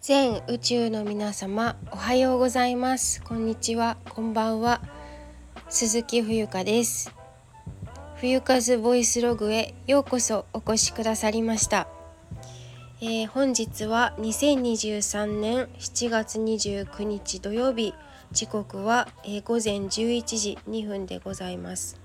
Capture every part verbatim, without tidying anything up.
全宇宙の皆様、おはようございます。こんにちは、こんばんは。鈴木冬香です。冬風ボイスログへようこそお越しくださりました。えー、本日はにせんにじゅうさんねんしちがつにじゅうくにち土曜日、時刻は、えー、ごぜんじゅういちじにふんでございます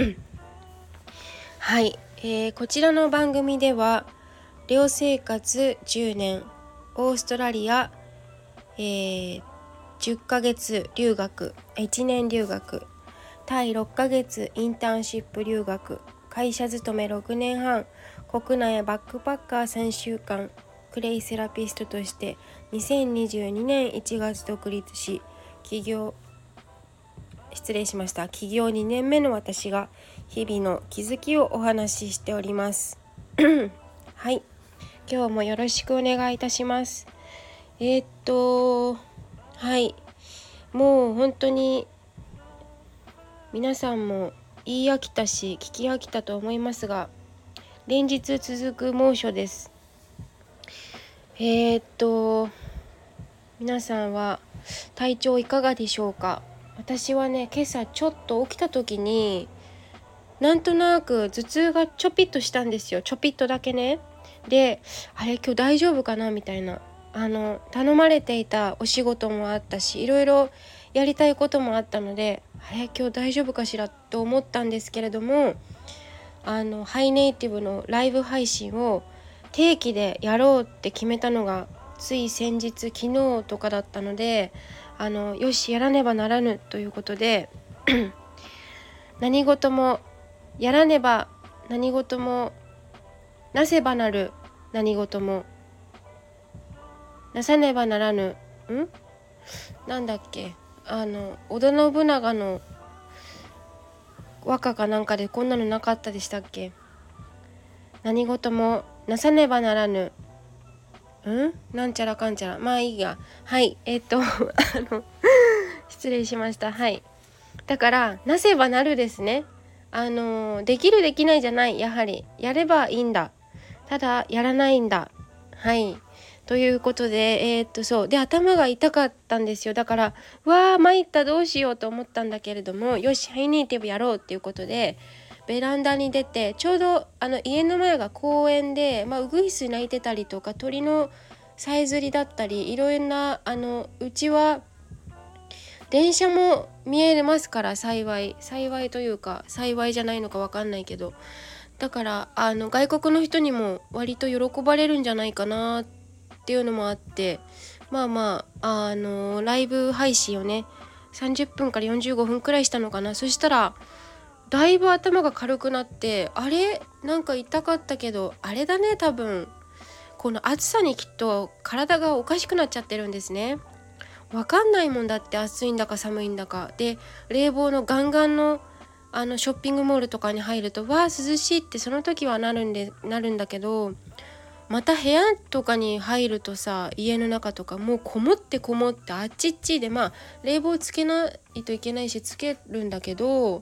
はい、えー、こちらの番組では寮生活じゅうねん、オーストラリア、えー、じゅっかげつ留学、いちねん留学、タイろっかげつインターンシップ留学、会社勤めろくねんはん、国内バックパッカーさんしゅうかん、クレイセラピストとしてにせんにじゅうにねんいちがつ独立し、起業失礼しました起業にねんめの私が日々の気づきをお話ししておりますはい、今日もよろしくお願いいたします。えー、っとはいもう本当に皆さんも言い飽きたし聞き飽きたと思いますが、連日続く猛暑です。えー、っと皆さんは体調いかがでしょうか。私はね、今朝ちょっと起きた時になんとなく頭痛がちょぴっとしたんですよ。ちょぴっとだけね。で、あれ今日大丈夫かなみたいな、あの頼まれていたお仕事もあったし、いろいろやりたいこともあったので、あれ今日大丈夫かしらと思ったんですけれども、あのハイネイティブのライブ配信を定期でやろうって決めたのがつい先日、昨日とかだったので、あのよしやらねばならぬということで何事もやらねば、何事もなせばなる、何事もなさねばならぬ、んなんだっけ、あの織田信長の和歌かなんかでこんなのなかったでしたっけ。何事もなさねばならぬ、んなんちゃらかんちゃら、まあいいや。はいえっとあの失礼しました。はい、だからなせばなるですね。あのできるできないじゃない、やはりやればいいんだ、ただやらないんだ。はいということで、えー、っとそうで頭が痛かったんですよ。だからわー参った、どうしようと思ったんだけれども、よしハイネイティブやろうっていうことでベランダに出て、ちょうどあの家の前が公園で、まあ、ウグイス鳴いてたりとか鳥のさえずりだったり、いろいろな、あのうちは電車も見えますから、幸い幸いというか幸いじゃないのか分かんないけど、だからあの外国の人にも割と喜ばれるんじゃないかなっていうのもあって、まあまああのライブ配信をねさんじゅっぷんからよんじゅうごふんくらいしたのかな。そしたらだいぶ頭が軽くなって、あれなんか痛かったけど、あれだね、多分この暑さにきっと体がおかしくなっちゃってるんですね。わかんないもんだって、暑いんだか寒いんだかで、冷房のガンガンのあのショッピングモールとかに入るとわあ涼しいってその時はなるんでなるんだけど、また部屋とかに入るとさ、家の中とかもうこもってこもってあっちっちで、まあ冷房つけないといけないしつけるんだけど、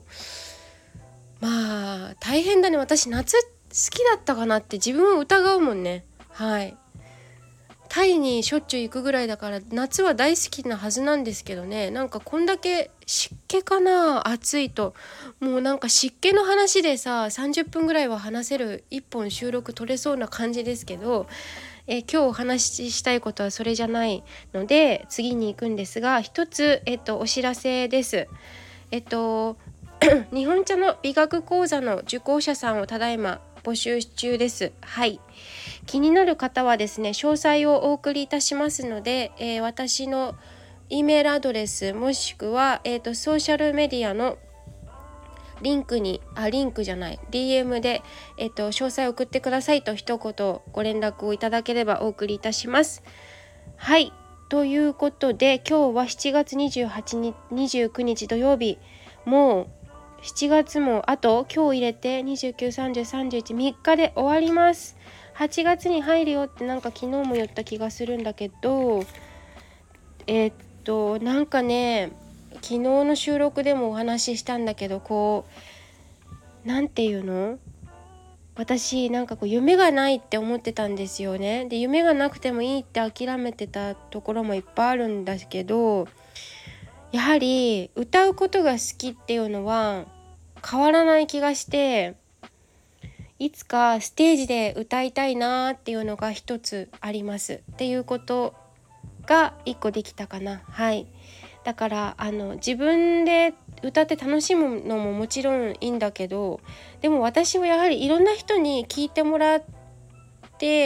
まあ大変だね。私夏好きだったかなって自分を疑うもんね。はい、タイにしょっちゅう行くぐらいだから夏は大好きなはずなんですけどね、なんかこんだけ湿気かな、暑いともうなんか湿気の話でささんじゅっぷんぐらいは話せる、いっぽん収録取れそうな感じですけど、え今日お話ししたいことはそれじゃないので次に行くんですが、一つ、えっと、お知らせです。えっと日本茶の美学講座の受講者さんをただいま募集中です。はい、気になる方はですね、詳細をお送りいたしますので、えー、私の E メールアドレスもしくは、えーと、ソーシャルメディアのリンクにあリンクじゃない ディーエム で、えーと、詳細を送ってくださいと一言ご連絡をいただければお送りいたします。はい、ということで今日はしちがつにじゅうはちにちにじゅうくにち土曜日、もうしちがつもあと今日入れてにじゅうく、さんじゅう、さんじゅういち、みっかで終わります。はちがつに入るよってなんか昨日も言った気がするんだけど、えー、っとなんかね昨日の収録でもお話ししたんだけど、こうなんていうの私なんかこう夢がないって思ってたんですよね。で夢がなくてもいいって諦めてたところもいっぱいあるんだけど、やはり歌うことが好きっていうのは変わらない気がして、いつかステージで歌いたいなっていうのが一つありますっていうことが一個できたかな。はい。だからあの自分で歌って楽しむのももちろんいいんだけど、でも私はやはりいろんな人に聞いてもらって、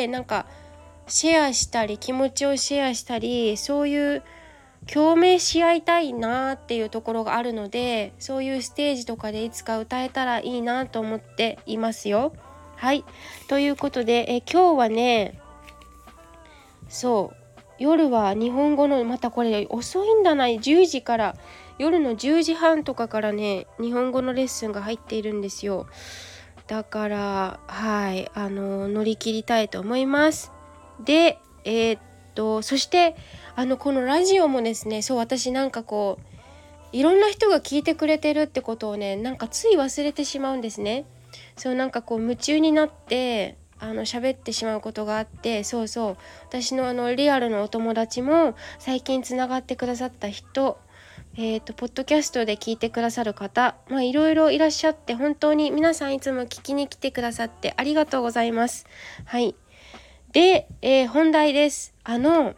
なんかシェアしたり気持ちをシェアしたり、そういう共鳴し合いたいなっていうところがあるので、そういうステージとかでいつか歌えたらいいなと思っていますよ。はい。ということでえ今日はね、そう夜は日本語の、またこれ遅いんだな、じゅうじから、夜のじゅうじはんとかからね日本語のレッスンが入っているんですよ。だからはいあの乗り切りたいと思います。でえー、っとそしてあのこのラジオもですね、そう私なんかこういろんな人が聞いてくれてるってことをね、なんかつい忘れてしまうんですね。そうなんかこう夢中になってあの喋ってしまうことがあって、そうそう私のあのリアルのお友達も最近つながってくださった人、えーとポッドキャストで聞いてくださる方、まあいろいろいらっしゃって、本当に皆さんいつも聞きに来てくださってありがとうございます。はい。で、えー、本題です。あの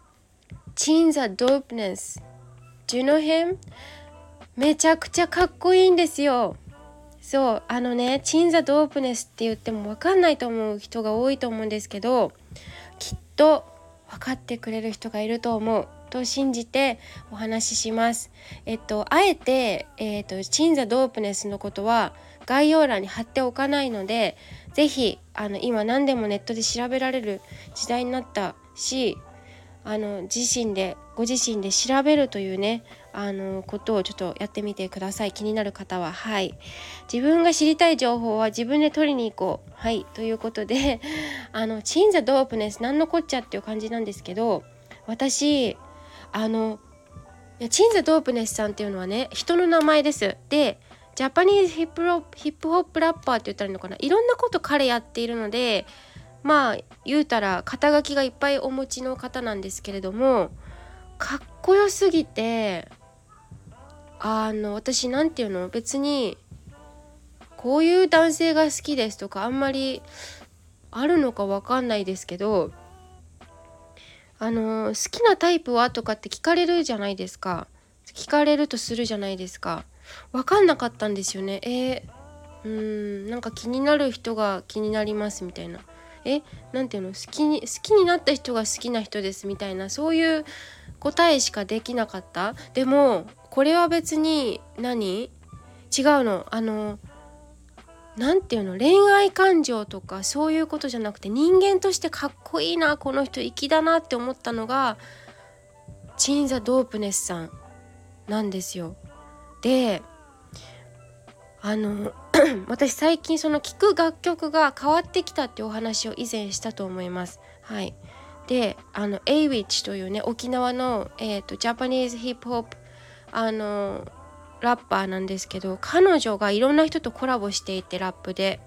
Chin the Dopeness Do you know him? めちゃくちゃかっこいいんですよ。そうあのね、チンザドープネスって言っても分かんないと思う人が多いと思うんですけど、きっと分かってくれる人がいると思うと信じてお話しします。えっとあえて、えっとチンザドープネスのことは概要欄に貼っておかないので、ぜひあの今何でもネットで調べられる時代になったし、あの自身でご自身で調べるというねあのことをちょっとやってみてください。気になる方は。はい。自分が知りたい情報は自分で取りに行こう。はい。ということであのチンザドープネスなんのこっちゃっていう感じなんですけど、私あのいやチンザドープネスさんっていうのはね人の名前です。でジャパニーズヒップロヒップホップラッパーって言ったらいいのかな、いろんなこと彼やっているので、まあ言うたら肩書きがいっぱいお持ちの方なんですけれども、かっこよすぎて、あの私なんていうの、別にこういう男性が好きですとかあんまりあるのかわかんないですけど、あの好きなタイプはとかって聞かれるじゃないですか。聞かれるとするじゃないですか。わかんなかったんですよね。えー、うーんなんか気になる人が気になりますみたいな、えなんていうの、好きに好きになった人が好きな人ですみたいな、そういう答えしかできなかった。でもこれは別に何違うの、あのなんていうの、恋愛感情とかそういうことじゃなくて、人間としてかっこいいな、この人粋だなって思ったのがチンザドープネスさんなんですよ。であの私最近その聴く楽曲が変わってきたっていうお話を以前したと思います。はい。であの エイウィッチ というね沖縄の、えーと、ジャパニーズヒップホップあのラッパーなんですけど、彼女がいろんな人とコラボしていて、ラップで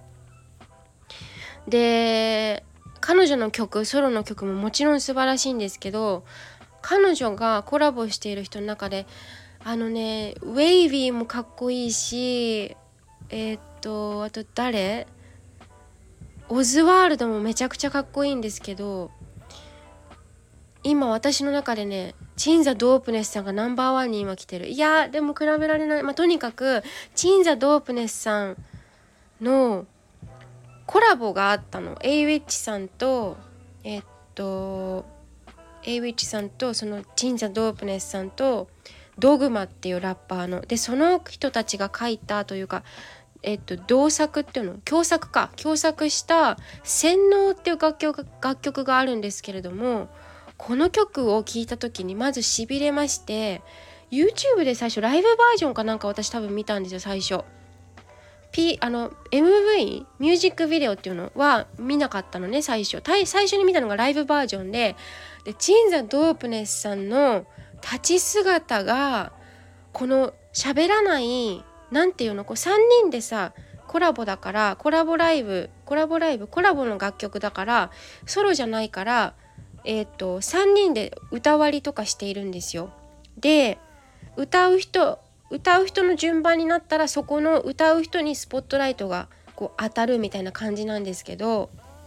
で彼女の曲、ソロの曲ももちろん素晴らしいんですけど、彼女がコラボしている人の中であのねウェイビーもかっこいいし、えー、っとあと誰オズワールドもめちゃくちゃかっこいいんですけど、今私の中でねチンザドープネスさんがナンバーワンに今来てる。いやでも比べられない。まあ、とにかくチンザドープネスさんのコラボがあったの。エイウィッチさんとえー、っとエイウィッチさんとそのチンザドープネスさんとドグマっていうラッパーので、その人たちが書いたというか、えっと同作っていうの共作か共作した洗脳っていう楽曲楽曲があるんですけれども、この曲を聴いた時にまずしびれまして、 YouTube で最初ライブバージョンかなんか私多分見たんですよ最初。P あの エムブイ ミュージックビデオっていうのは見なかったのね最初。最初に見たのがライブバージョンで、でチンザドープネスさんの立ち姿がこの喋らないなんていうの、こうさんにんでさコラボだからコラボライブコラボライブコラボの楽曲だからソロじゃないからえっとさんにんで歌割りとかしているんですよ。で歌う人歌う人の順番になったらそこの歌う人にスポットライトがこう当たるみたいな感じなんですけど、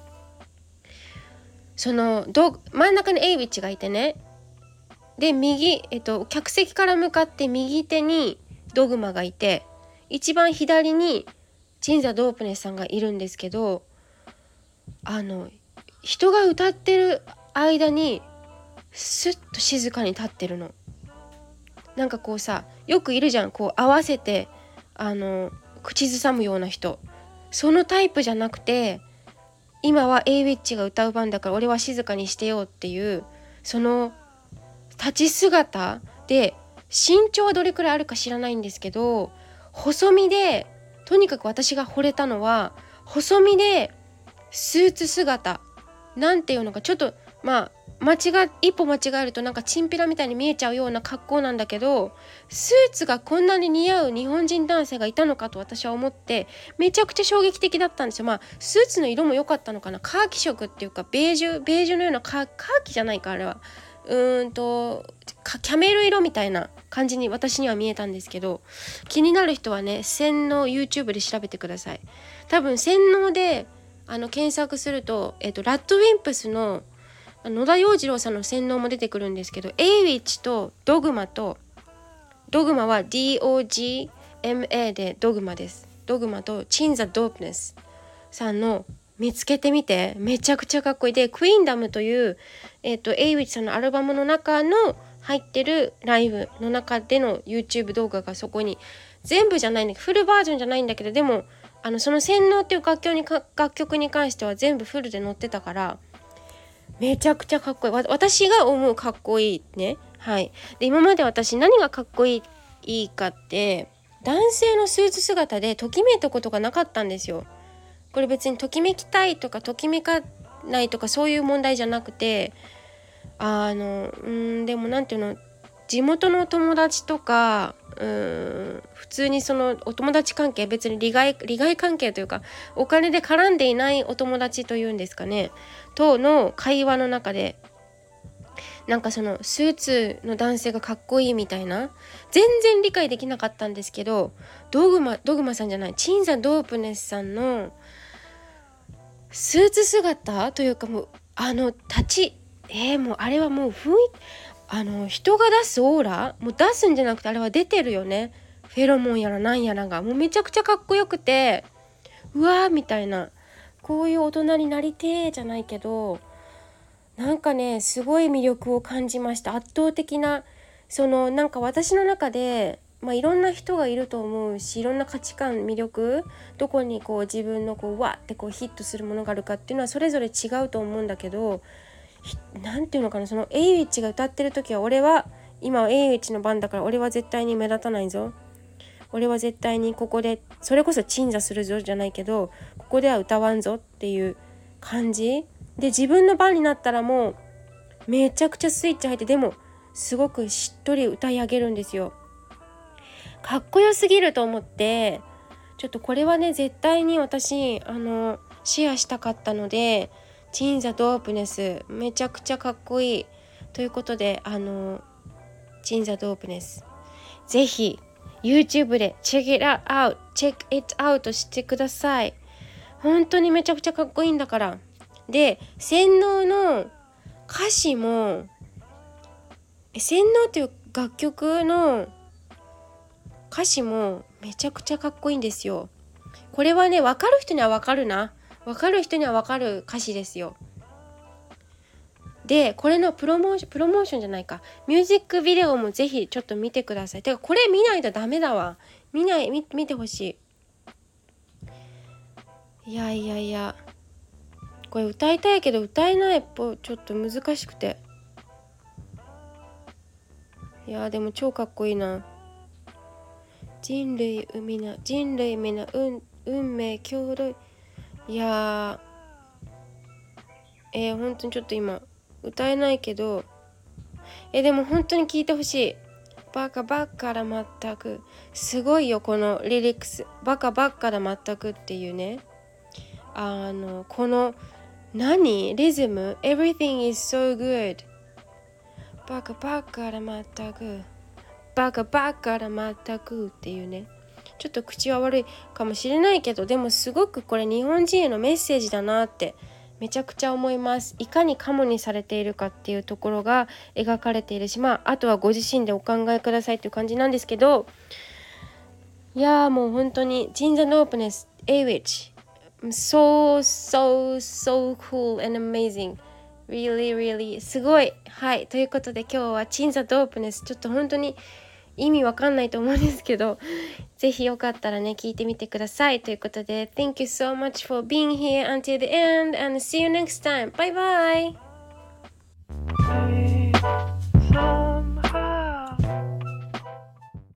そのど真ん中にエイウィッチがいてね、で右、えっと、客席から向かって右手にドグマがいて一番左にチンザ・ドープネスさんがいるんですけど、あの人が歌ってる間にスッと静かに立ってるの。なんかこうさ、よくいるじゃん、こう合わせてあの口ずさむような人。そのタイプじゃなくて、今は エイウィッチが歌う番だから俺は静かにしてよっていうその立ち姿で、身長はどれくらいあるか知らないんですけど細身で、とにかく私が惚れたのは細身でスーツ姿、なんていうのか、ちょっとまあ間違一歩間違えるとなんかチンピラみたいに見えちゃうような格好なんだけど、スーツがこんなに似合う日本人男性がいたのかと私は思って、めちゃくちゃ衝撃的だったんですよ。まあスーツの色も良かったのかな、カーキ色っていうかベージュベージュのようなカー、カーキじゃないか、あれはうーんとキャメル色みたいな感じに私には見えたんですけど、気になる人はね洗脳 YouTube で調べてください。多分洗脳であの検索すると、えっと、ラッドウィンプスの野田洋次郎さんの洗脳も出てくるんですけど、エイウィッチとドグマと、ドグマは ディーオージーエムエー でドグマです。ドグマとチンザ・ドープネスさんの見つけてみて、めちゃくちゃかっこいい。でクイーンダムという、えっと、エイウィッチさんのアルバムの中の入ってるライブの中での YouTube 動画がそこに全部じゃないんだけど、フルバージョンじゃないんだけど、でもあのその洗脳っていう楽曲にか楽曲に関しては全部フルで載ってたから、めちゃくちゃかっこいい。私が思うかっこいいね。はい。で今まで私何がかっこいいいいかって、男性のスーツ姿でときめいたことがなかったんですよ。これ別にときめきたいとかときめかないとかそういう問題じゃなくて、あのうーんでもなんていうの、地元の友達とか、うーん普通にそのお友達関係、別に利害利害関係というかお金で絡んでいないお友達というんですかね、との会話の中で、なんかそのスーツの男性がかっこいいみたいな、全然理解できなかったんですけど、ドグマドグマさんじゃない、チンザ・ドープネスさんのスーツ姿というか、もうあの立ちえー、もうあれはもう雰囲気、あの人が出すオーラ、もう出すんじゃなくてあれは出てるよね。フェロモンやらなんやらがもうめちゃくちゃかっこよくて、うわーみたいな、こういう大人になりてーじゃないけど、なんかねすごい魅力を感じました。圧倒的な、そのなんか私の中で、まあ、いろんな人がいると思うし、いろんな価値観魅力、どこにこう自分のこうわってこうヒットするものがあるかっていうのはそれぞれ違うと思うんだけど、なんていうのかな、そのエイウィッチが歌ってる時は、俺は今はエイウィッチの番だから俺は絶対に目立たないぞ、俺は絶対にここでそれこそ鎮座するぞじゃないけど、ここでは歌わんぞっていう感じで、自分の番になったらもうめちゃくちゃスイッチ入って、でもすごくしっとり歌い上げるんですよ。かっこよすぎると思って、ちょっとこれはね絶対に私あのシェアしたかったので、チンザ・ドープネスめちゃくちゃかっこいいということで、あのチンザ・ドープネスぜひ YouTube でチェック it out チェック it out してください。本当にめちゃくちゃかっこいいんだから。で洗脳の歌詞も、洗脳っていう楽曲の歌詞もめちゃくちゃかっこいいんですよ。これはね分かる人には分かるな、分かる人には分かる歌詞ですよ。でこれのプロモーションプロモーションじゃないか、ミュージックビデオもぜひちょっと見てください。てかこれ見ないとダメだわ、見ない 見, 見てほしい。いやいやいや、これ歌いたいけど歌えないっぽ、ちょっと難しくて、いやでも超かっこいいな。人類海な人類皆運運命共同、いやーえー、本当にちょっと今歌えないけど、えー、でも本当に聞いてほしい。 バカバカだ全く。すごいよこのリリックス。バカバカだ全くっていうね。あのこの何リズム Everything is so good。バカバカだ全く。バカバカだ全くっていうね。ちょっと口は悪いかもしれないけど、でもすごくこれ日本人へのメッセージだなってめちゃくちゃ思います。いかにカモにされているかっていうところが描かれているし、まああとはご自身でお考えくださいっていう感じなんですけど、いやーもう本当にJeans and Openness A-Witch so so so cool and amazing really really すごい。はい、ということで今日はJeans and Opennessちょっと本当に意味わかんないと思うんですけど、ぜひよかったらね聞いてみてくださいということで Thank you so much for being here until the end and see you next time. Bye bye!